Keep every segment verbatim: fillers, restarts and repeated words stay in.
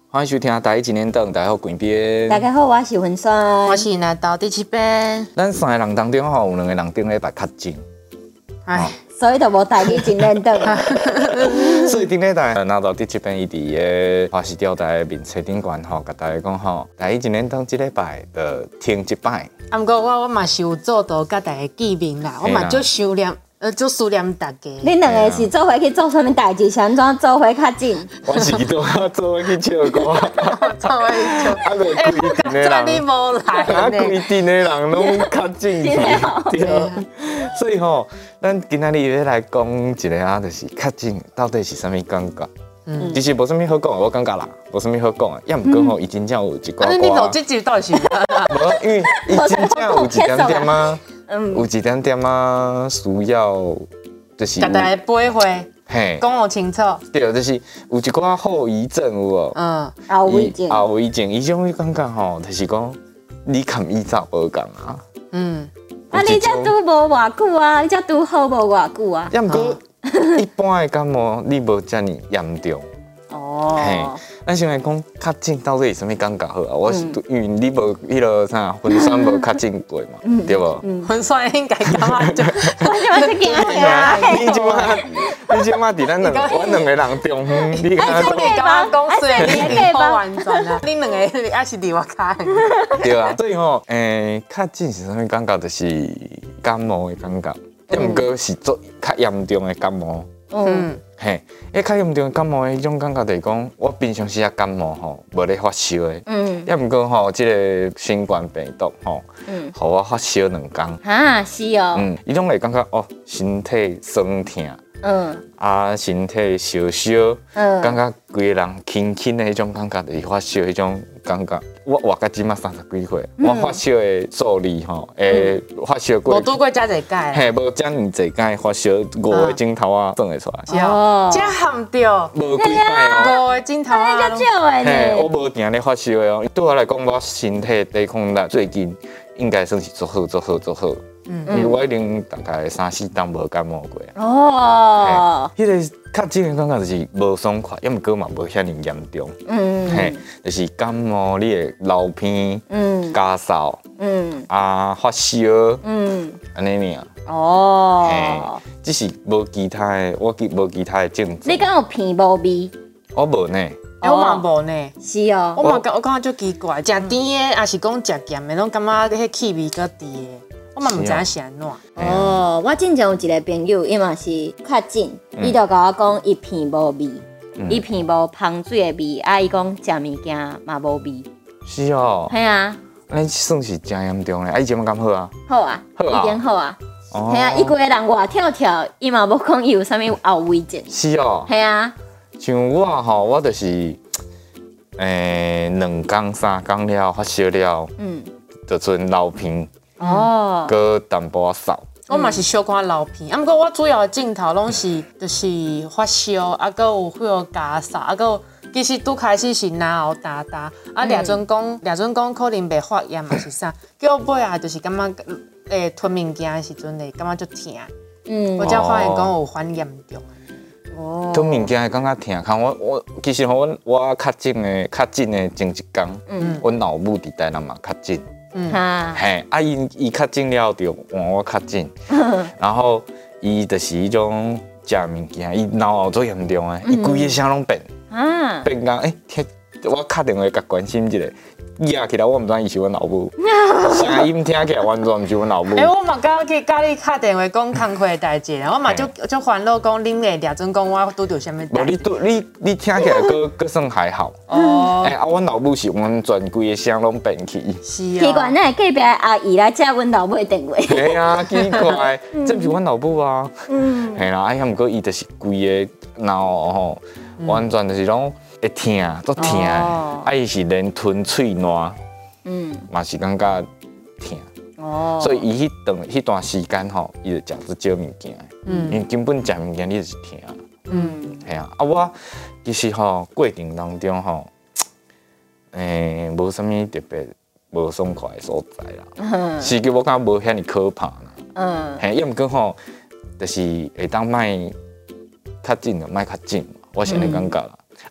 欢迎收听台一一年等，大家好，贵边。 大家好，我是文酸， 我是来到第七班。 咱三个人当中吼，有两个人顶礼拜较近， 哎， 所以就无带你真认真。 所以顶礼拜拿到第七班，伊伫个花市吊台面册顶悬吼，甲大家讲吼，台一一年等即礼拜的听一摆。 啊，毋过我我嘛是有做到甲大家见面啦，我嘛足想念。呃，足思念大家。 恁两个是做伙去做啥物代志？是安怎做伙较近？ 我是都做伙去唱歌， 做伙去唱。 啊，就规定的人， 你无来啊，规定的人拢较近去，对。所以吼，咱今仔日要来讲一个啊，就是较近到底是啥物感觉？嗯，其实无啥物好讲，我感觉啦，无啥物好讲的。要毋过吼，伊真正有一寡寡。 啊，你录这集到底是？ 无，因为伊真正有一点点啊。嗯，有一点点啊，需要就是。 甲大家背会， 嘿， 讲好清楚。 对，就是有一寡后遗症有无？ 嗯，后遗症。 后遗症，伊种感觉吼，就是讲你含伊早无共啊。嗯。 啊，你才拄无偌久啊？你才拄好无偌久啊？ 要毋过一般的感冒，你无遮尔严重。哦。嘿。咱先来讲较近到底是啥物感觉好啊？我是因为你无迄落啥分酸无较近过嘛，对无？ 分酸应该感觉就， 我就要去惊啊！ 你即马，你即马伫咱两，阮两个人中间，你敢讲？你刚刚讲说你离好完全啊，恁两个也是离我较远。 对啊，所以吼，诶，较近是啥物感觉？就是感冒的感觉，要毋过是做较严重的感冒。嗯。嘿，迄较严重的感冒的迄种感觉，就是讲我平常时啊感冒吼，无咧发烧的。嗯。要毋过吼，即个新冠病毒吼，嗯，互我发烧两工。 啊，是哦。 嗯，伊种会感觉哦，身体酸痛。嗯。啊，身体烧烧。嗯。感觉规个人轻轻的迄种感觉，就是发烧迄种感觉。我活到即马三十几岁，我发烧的数例吼，诶，发烧过。 无拄过遮侪届。 嘿，无遮尔侪届发烧，五个钟头啊算会出来。 哦。遮含着。 无几摆哦。 五个钟头啊。 那少诶呢。 嘿，我无定咧发烧的哦。对我来讲，我身体抵抗力最近应该算是足好、足好、足好。嗯。因为我已经大概三四冬无感冒过啊。哦。迄个较近的感觉就是无爽快，要毋过嘛无遐尔严重。嗯。嘿，就是感冒，你会流鼻，嗯，咳嗽，嗯，啊发烧，嗯，安尼尔。哦。嘿，只是无其他的，我无其他的症状。 你敢有鼻无味？ 我无呢。 我嘛无呢。 是哦。 我嘛感我感觉足奇怪，食甜的，还是讲食咸的，拢感觉迄气味较甜的。我嘛毋知影是安怎。 哦，我之前有一个朋友，伊嘛是较近，伊就甲我讲，伊鼻无味，伊鼻无芳水的味，啊，伊讲食物件嘛无味。 是哦。 系啊。 那算是真严重嘞，啊，伊即马敢好啊？ 好啊，已经好啊。系啊，伊规个人活跳跳，伊嘛无讲伊有啥物后遗症。 是哦。 系啊。 像我吼，我就是，诶，两工三工了发烧了，嗯，就剩流鼻。哦，搁淡薄仔扫。 我嘛是小可流鼻，啊，不过我主要的镜头拢是就是发烧，啊，搁有迄个咳嗽，啊，搁其实拄开始是咽喉焦焦，啊，掠准讲掠准讲可能袂发炎嘛是啥，叫我尾啊就是感觉诶吞物件的时阵会感觉足痛，嗯，我才发现讲有反严重。 哦，吞物件会感觉痛，看我我其实我我较近的较近的前一工，嗯，我老母伫台南嘛较近。嗯，嘿，啊，伊伊较近了就换我较近，然后伊就是迄种食物件，伊脑后最严重诶，伊规个声拢变，变讲诶，我敲电话甲关心一下，压起来我毋知伊是阮老母，声音听起来完全毋是阮老母。 诶，我嘛刚去甲你敲电话讲工课诶代志我嘛足足烦恼讲恁会掠准讲我拄着啥物代志。 无你拄你你听起来搁搁算还好。哦。诶，啊，阮老母是完全规个声拢变去。 是啊。 奇怪，那隔壁阿姨来接阮老母的电话。 嘿啊，奇怪，这毋是阮老母啊。嗯。嘿啦，啊，毋过伊就是规个脑吼，完全就是拢。会痛，足痛，啊伊是连吞喙烂，嗯，嘛是感觉痛，哦，所以伊迄段迄段时间吼，伊就食足少物件，嗯，因为根本食物件你就是痛，嗯，系啊，啊我其实吼过程当中吼，诶，无啥物特别无爽快的所在啦，是叫我感觉无遐尼可怕啦，嗯，嘿，要毋过吼，就是会当卖较近就卖较近，我是安尼感觉啦。啊，你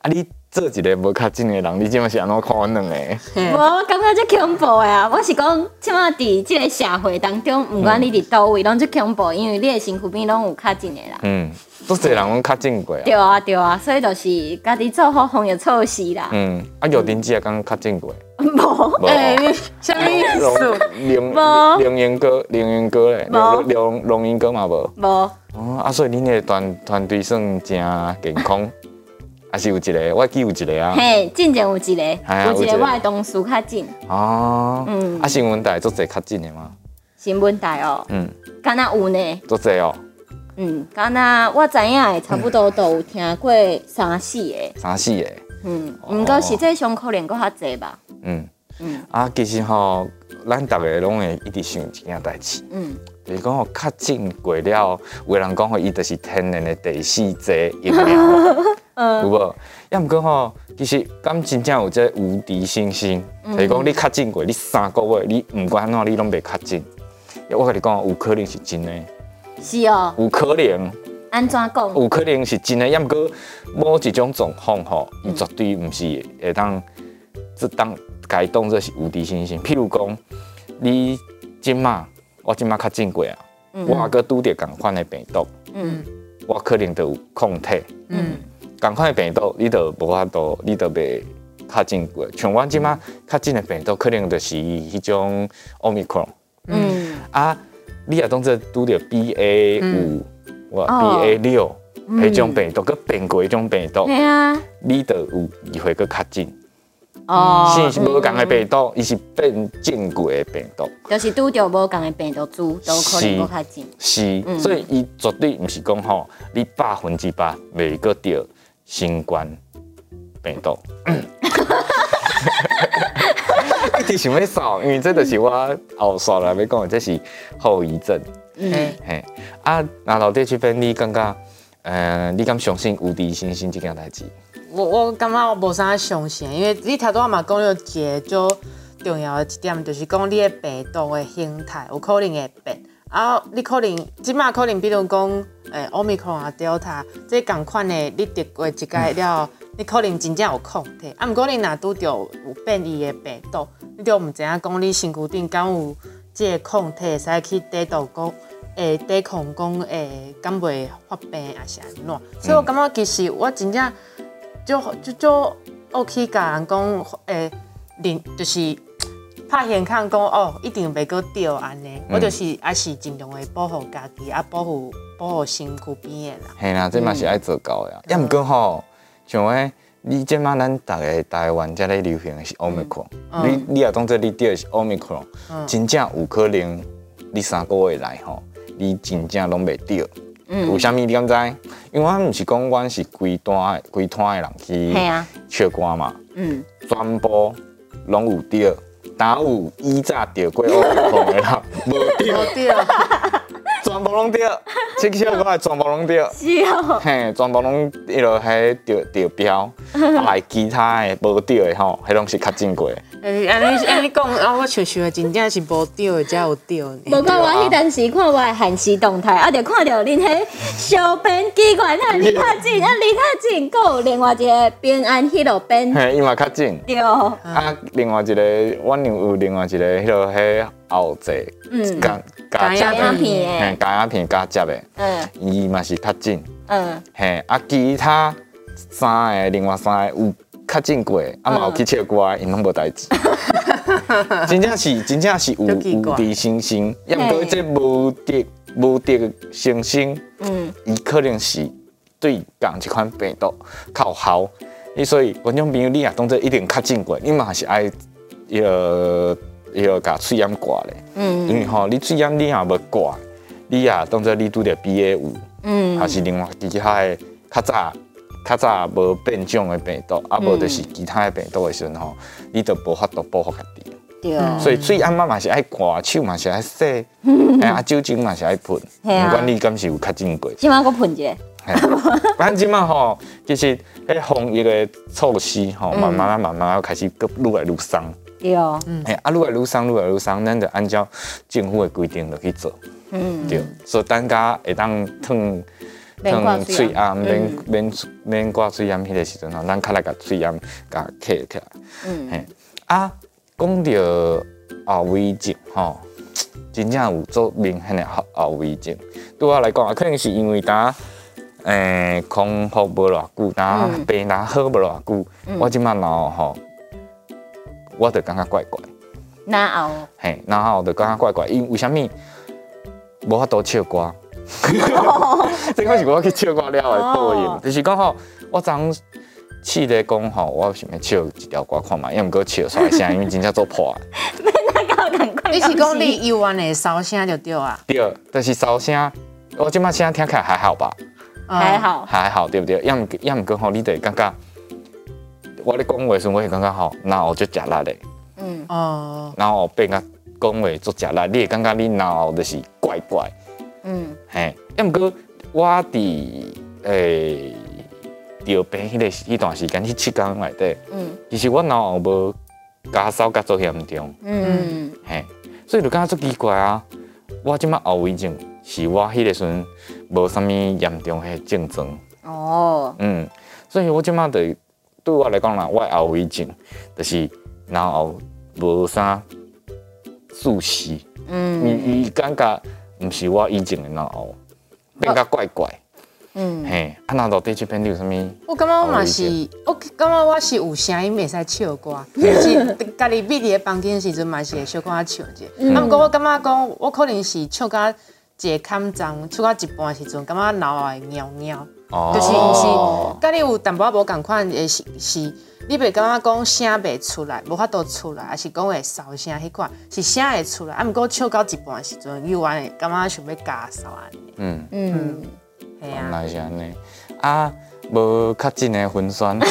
做一个无较紧的人，你即嘛是安怎看阮两个？ 无，我感觉足恐怖的啊！我是讲，即马伫即个社会当中，毋管你伫倒位，拢足恐怖，因为你的身躯边拢有较紧的人。 嗯，足侪人拢较紧过啊。 对啊，对啊，所以就是家己做好防疫措施啦。 嗯，啊，有丁姐刚较紧过。 无， 哎，你什么意思？ 龙龙岩哥，龙岩哥咧，龙龙龙岩哥嘛无。 无。 哦，啊，所以恁个团团队算真健康。还是有一个，我记有一个啊。 嘿，进前有一个， 啊有一个我的同事较紧。 哦。 嗯。 啊，新闻台做侪较紧的吗？ 新闻台哦。嗯。敢若有呢。 做侪哦。 嗯，敢若我知影的，差不多都有听过三四个。 三四个。 嗯，毋过实际上可能搁较济吧。 嗯。嗯。啊，其实吼，咱逐个拢会一直想一件代志。嗯。就是讲吼，较紧过了，有人讲吼，伊就是天然的第四剂疫苗。有无？也毋过吼，其实敢真正有这无敌星星，就是讲你较紧过，你三个月你毋管安怎，你拢袂较紧。我甲你讲，有可能是真的。 是哦。 有可能。 安怎讲？ 有可能是真的，也毋过某一种状况吼，伊绝对毋是会当，这当该当作是无敌星星。譬如讲，你即马，我即马较紧过啊，我还阁拄着共款的病毒，嗯，我可能就有抗体，嗯。同款的病毒，你就无法度，你就袂较紧过。像阮即马较紧的病毒，可能就是迄种 Omicron。嗯。啊，你也当作拄着 B A 五、我 B A 六迄种病毒，佮变过迄种病毒， 对啊， 你就有机会佮较紧。 哦。 是无共的病毒，伊是变正过的病毒。 就是拄着无共的病毒株，都可能佮较紧。 是，所以伊绝对毋是讲吼，你百分之百袂佮着。新冠病毒，一直想要扫，因为这就是我后续来要讲的，这是后遗症。嗯，嘿，啊，那老弟这边你感觉，呃，你敢相信无敌星星这件代志？ 我我感觉我无啥相信，因为你头拄仔嘛讲了一个最重要的一点，就是讲你的病毒的形态有可能会变。啊，你可能即马可能比如讲，诶、欸、，Omicron 啊、Delta， 这共款的，你得过一届了，你可能真正有抗体。啊，毋过你若拄着有变异的病毒，你就毋知影讲你身躯顶敢有这个抗体，会使去抵挡讲，诶，抵抗讲，诶，敢袂发病还是安怎？所以我感觉其实我真正就就就恶去甲人讲，诶、欸，连就是。拍现抗讲哦，一定袂阁着安尼，嗯、我就是还是尽量会保护家己，啊保护保护身躯边的人。 嘿啦，这嘛是爱做到的。也毋过吼，像诶，你即马咱逐个台湾遮咧流行的是 Omicron，、嗯、你你也当做你着的是 Omicron，、嗯、真正有可能你三个月来吼，你真正拢袂着。嗯、为虾米你敢知？因为我毋是讲阮是规单规摊的人去测汗嘛，嗯，全部拢有着。哪有以早着过 Omicron 的人无着？全部拢着，这小可全部拢着。 是哦。 嘿，全部拢迄落迄着着标，啊，其他的无着的吼，迄拢是较正过。 诶，安尼安尼讲啊，我想想真正是无着的才有着呢。 无过我迄阵时看我的限时动态，啊，就看到恁迄小编机关啊，离较近，啊，离较近，佮有另外一个平安迄落边。 嘿，伊嘛较近。 对。 啊，另外一个，阮又有另外一个迄落迄后座，嗯，加加加鸦片的，嘿，加鸦片加接的，嗯，伊嘛是较近。嗯。嘿，啊，其他三个，另外三个有。较正过，啊嘛有去测过，因拢无代志。真正是真正是有无敌星星，也毋过这无敌无敌星星，嗯，伊可能是对共一款病毒较有效。伊所以观众朋友，你也当做一定较正过，你嘛是爱迄个迄个甲喙炎挂咧。嗯，因为吼，你喙炎你也无挂，你也当做你拄着 B A 五，嗯，还是另外其他的较早。较早无变种的病毒，啊无就是其他的病毒的时阵吼，你就无法度保护家己。对。所以嘴暗嘛嘛是爱刮，手嘛是爱洗，哎啊酒精嘛是爱喷，不管你敢是有较正过。 即马我喷一个。 咱即马吼，其实迄防疫的措施吼，慢慢啊慢慢啊开始愈愈来愈松。 对。 哎啊，愈来愈松，愈来愈松，咱就按照政府的规定就去做。嗯。对。所以大家会当趁。 烫喙暗，免免免挂喙暗迄个时阵吼，咱较来甲喙暗甲刻起来。嗯，嘿，啊，讲到后遗症吼，真正有做明显的后后遗症。对我来讲啊，可能是因为呾诶康复无偌久，呾病呾好无偌久，我即摆脑吼，我就感觉怪怪。 哪后？ 嘿，然后就感觉怪怪，因为什么？无法度唱歌。这个是我去唱歌了的报应，就是讲吼，我昨试咧讲吼，我想要唱一条歌看嘛，因毋过唱出来声，因为真正做破的。 你是讲你幽怨的烧声就对啊？ 对，就是烧声，我即摆声听起来还好吧？ 还好， 还好，对不对？要毋要毋过吼，你得感觉，我咧讲话时，我会感觉吼，然后就食力的。嗯。哦。然后变甲讲话做食力，你会感觉你脑就是怪怪。嗯，嘿，要毋过我伫诶着病迄个迄段时间，迄七天内底，嗯，其实我脑后无加烧甲做严重，嗯，嘿，所以就感觉足奇怪啊！我即摆后遗症是我迄个时阵无啥物严重诶症状，哦，嗯，所以我即摆就对我来讲啦，我后遗症就是脑后无啥舒适，嗯，伊伊感觉。毋是我以前的脑后，变甲怪怪。嗯，嘿，啊，那到底这边你有啥物？ 我感觉我嘛是，我感觉我是有声音袂使唱歌，就是家己闭伫个房间时阵嘛是会小可唱者。啊，毋过我感觉讲，我可能是唱到一个坎站，唱到一半时阵，感觉脑后会喵喵，就是毋是，甲你有淡薄仔无共款的是是。你袂感觉讲声袂出来，无法度出来，还是讲会烧声迄款，是声会出来，啊，毋过唱到一半时阵，又安尼感觉想要加烧安尼。嗯嗯， 系啊。原来是安尼，啊，无较近的分酸。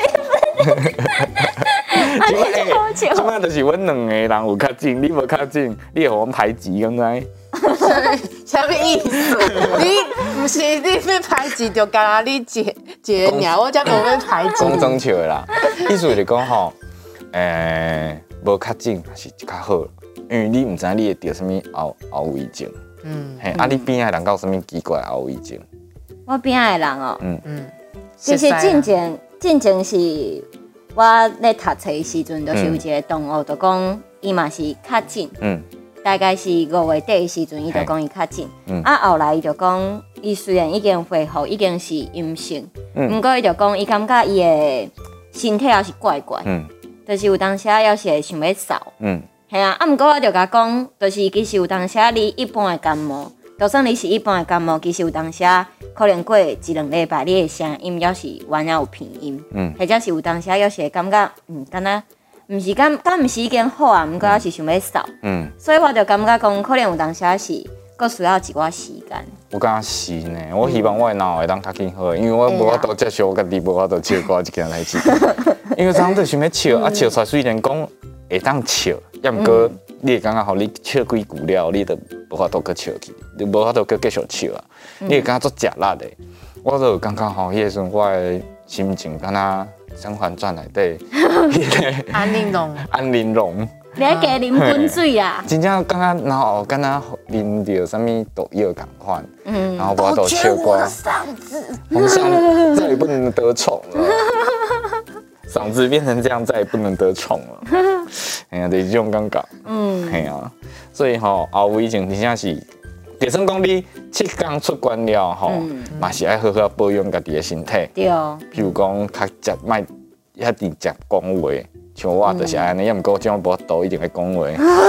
即摆就是阮两个人有较近，你无较近，你会互阮排挤，敢知？ 啥物意思？你毋是你要排挤就干你一一个尔，我才无要排挤。 讲争笑的啦，意思是讲吼，诶，无较近还是较好，因为你毋知你会得啥物后后遗症。嗯，嘿，啊，你边仔人有啥物奇怪后遗症？ 我边仔的人哦，嗯嗯，其实进前进前是我咧读册的时阵，就是有一个同学就讲，伊嘛是较近，嗯。大概是五月底的时阵，伊就讲伊较紧，嗯、啊后来伊就讲，伊虽然已经恢复，已经是阴性，嗯、不过伊就讲，伊感觉伊的身体也是怪怪，嗯、就是有当时也是会想要扫，嗯，系啊，啊，不过我就甲讲，就是其实有当时你一般的感冒，就算你是一般的感冒，其实有当时可能过一两礼拜，你的声音要是完全有偏音，嗯，或者是有当时要是会感觉，嗯，敢若。毋是敢敢毋是已经好啊，毋过还是想要扫，嗯，所以我就感觉讲，可能有当时是，佫需要一寡时间。 有敢是呢？我希望我的脑会当较紧好，因为我无法度接受我家己无法度笑歌一件代志。因为常常想要笑，啊笑出来虽然讲会当笑，也毋过你会感觉吼，你笑几句了，你就无法度佫笑去，你无法度佫继续笑啊。你会感觉做食力的，我就感觉吼，迄个时阵我的心情敢若。《甄嬛传》内底， 安陵容， 安陵容， 你还加啉滚水啊？ 真正感觉然后敢若啉到什么毒药共款，嗯，然后无法度笑歌，皇上再也不能得宠了，嗓子变成这样，再也不能得宠了，哎呀，就是这种感觉，嗯，系啊，所以吼后遗症真正是。就算讲你七天出关了吼，嘛、嗯、是爱好好保养家己的身体。 对。 譬如讲，较食卖遐直接讲话，像我就是安尼，也毋过这种无度一定会讲话。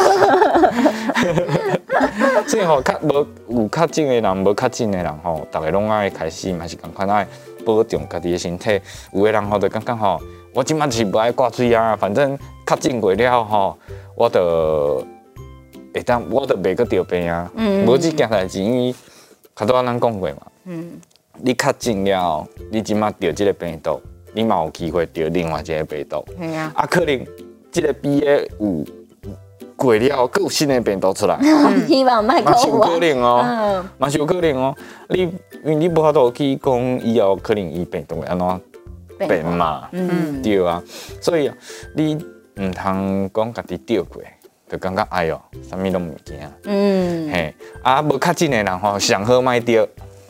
所以吼，较无有较紧的人，无较紧的人吼，大家拢爱开始嘛是共款爱保重家己的身体。有的人吼就感觉吼，我即摆是无爱挂水啊，反正较紧过了吼，我就。会当我都袂阁得病啊，无即件代志，因为较早咱讲过嘛，嗯、你较近了，你即马得即个病毒，你嘛有机会得另外一个病毒，啊，啊可能即个 B A 有过了，佫有新的病毒出来， 希望莫嘛是有可能哦，嘛是有可能哦，你因为你无法度去讲以后可能伊病毒会安怎变嘛，嗯、对啊，所以你毋通讲家己得过。就感觉哎哟，啥物拢毋惊，嗯，嘿，啊，无较近的人吼，上好莫着，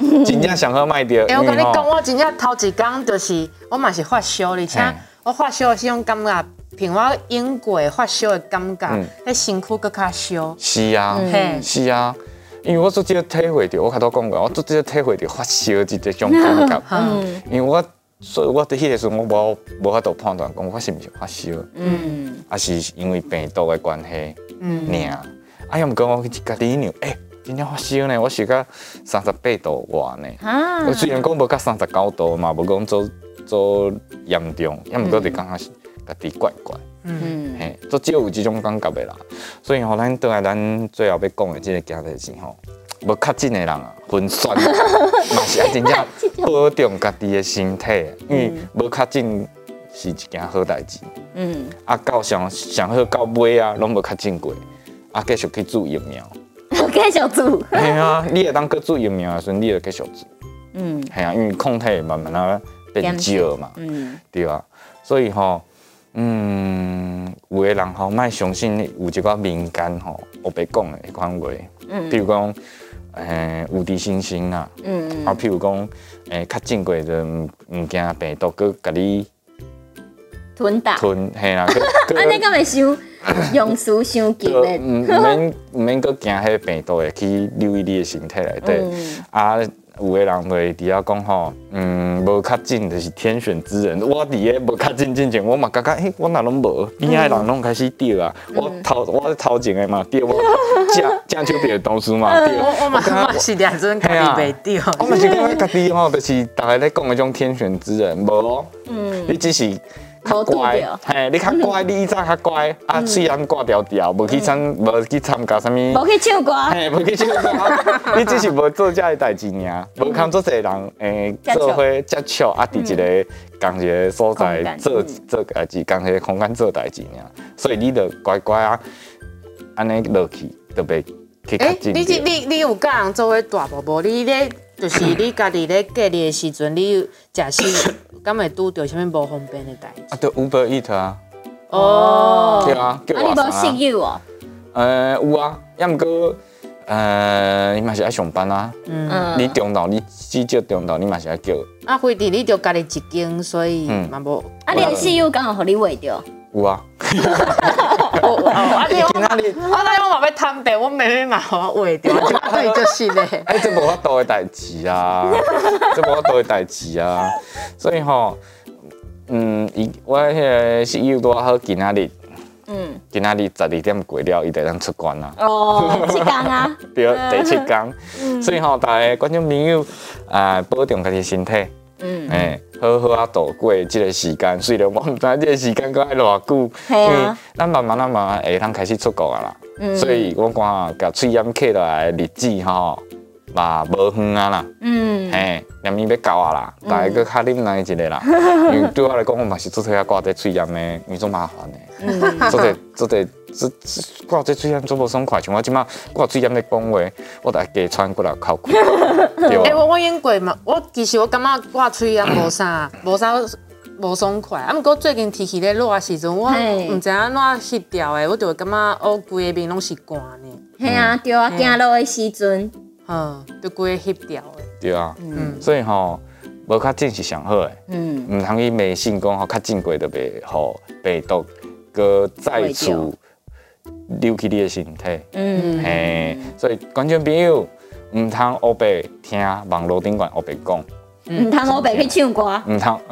真正上好卖掉。 哎，我跟你讲，我真正头一天就是我嘛是发烧，而且我发烧是种感觉，凭我饮过发烧的感觉，迄身躯搁较烧。 是啊，是啊。因为我做这个体会到，我开头讲过，我做这个体会到发烧这这种感觉。嗯，因为我所以我伫迄个时候我无无法度判断讲我是毋是发烧，嗯，还是因为病毒的关系，嗯，尔。啊，又毋过我去家己量，诶，真正发烧呢，我是到三十八度外呢。啊，我虽然讲无到三十九度嘛，无讲做做严重，也毋过就感觉是家己怪怪。嗯，嘿，都只有这种感觉的啦，所以吼，咱倒来咱最后要讲的这个件代志吼，无较紧的人啊，分酸嘛是爱真正保重家己的身体，因为无较紧是一件好代志。嗯，啊，到上上好到尾啊，拢无较紧过，啊，继续去注疫苗。 继续注。 系啊，你会当去注疫苗的时阵，你就继续注。嗯，系啊，因为抗体慢慢啊变少嘛，嗯，对啊，所以吼。嗯，有的人吼，莫相信有一个民间吼，黑白讲的迄款话，嗯，譬如讲，诶，无敌星星啊，嗯嗯，啊，譬如讲，诶，较正过的物物件病毒，佮甲你吞打， 吞，嘿啦， 安尼敢会伤用词伤激烈， 唔免唔免佮惊迄病毒会去留意你的身体内底，啊。有的人会伫遐讲吼，嗯，无较紧就是天选之人。我伫个无较紧之前，我嘛感觉，嘿，我哪拢无，边仔人拢开始得啊。我头我头前的嘛得，我正正手边的同事嘛得。 我我嘛嘛是两阵家己袂得。 我嘛是感觉家己吼，就是大家咧讲迄种天选之人，无，嗯，你只是。较乖，嘿，你较乖，你以前较乖，啊，虽然挂条条，无去参，无去参加啥物， 无去唱歌， 嘿，无去唱歌，你只是无做这个代志尔，无看做一个人，诶，做伙接触啊，伫一个共一个所在做做代志，共一个空间做代志尔，所以你着乖乖啊，安尼落去，就袂去较紧。 你你你有甲人做伙大无无？你咧就是你家己咧隔离的时阵，你食食。敢会拄到啥物无方便的代志？ 啊，就 Uber Eat 啊。 哦。 对啊，叫我啥？啊，你无室友哦？ 呃，有啊，也毋过，呃，你嘛是爱上班啊。嗯。你中昼，你至少中昼，你嘛是爱叫。 啊，非得你着家己一间，所以嘛无。 啊，你的室友刚好互你喂着。 有啊。 啊！你今仔日，啊！那我嘛要坦白，我妹妹嘛互我喂着，对，就是咧。 哎，这无法度的代志啊，这无法度的代志啊，所以吼，嗯，伊我迄个室友拄好，今仔日，嗯，今仔日十二点过了，伊就当出关啦。 哦，七天啊。 对，第七天，所以吼，大家观众朋友啊，保重家己身体。嗯，诶，好好啊度过这个时间，虽然我唔知这个时间搁爱偌久，因为咱慢慢咱慢慢会通开始出国啊啦，嗯、所以我看甲喙炎刻落来的日子吼，嘛无远啊啦，嗯，嘿，连伊要到啊啦，大家搁较忍耐一下啦，因为对我来讲，我嘛是做伙啊挂这喙炎的，因为做麻烦的，嗯，做者做者这挂这喙炎做无爽快，像我即马挂喙炎咧讲话，我得加喘过来哭哭。 哎，我我演过嘛，我其实我感觉挂喙炎无啥，无啥无爽快。啊，毋过最近天气咧热的时阵，我毋知影安怎翕掉的，我就感觉我规个面拢是寒的。 系啊，对啊，行路的时阵， 嗯，就规个翕掉的。 对啊，嗯，所以吼，无较紧是上好的，嗯，毋通去迷信讲吼较紧过就袂互病毒搁再次溜去你的身体。嗯，嘿，所以观众朋友。唔通黑白听网络顶管黑白讲， 唔通黑白去唱歌， 唔通。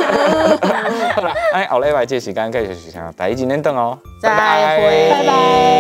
好啦，哎，后礼拜这时间继续收听第一集连登哦， 再会， 拜拜。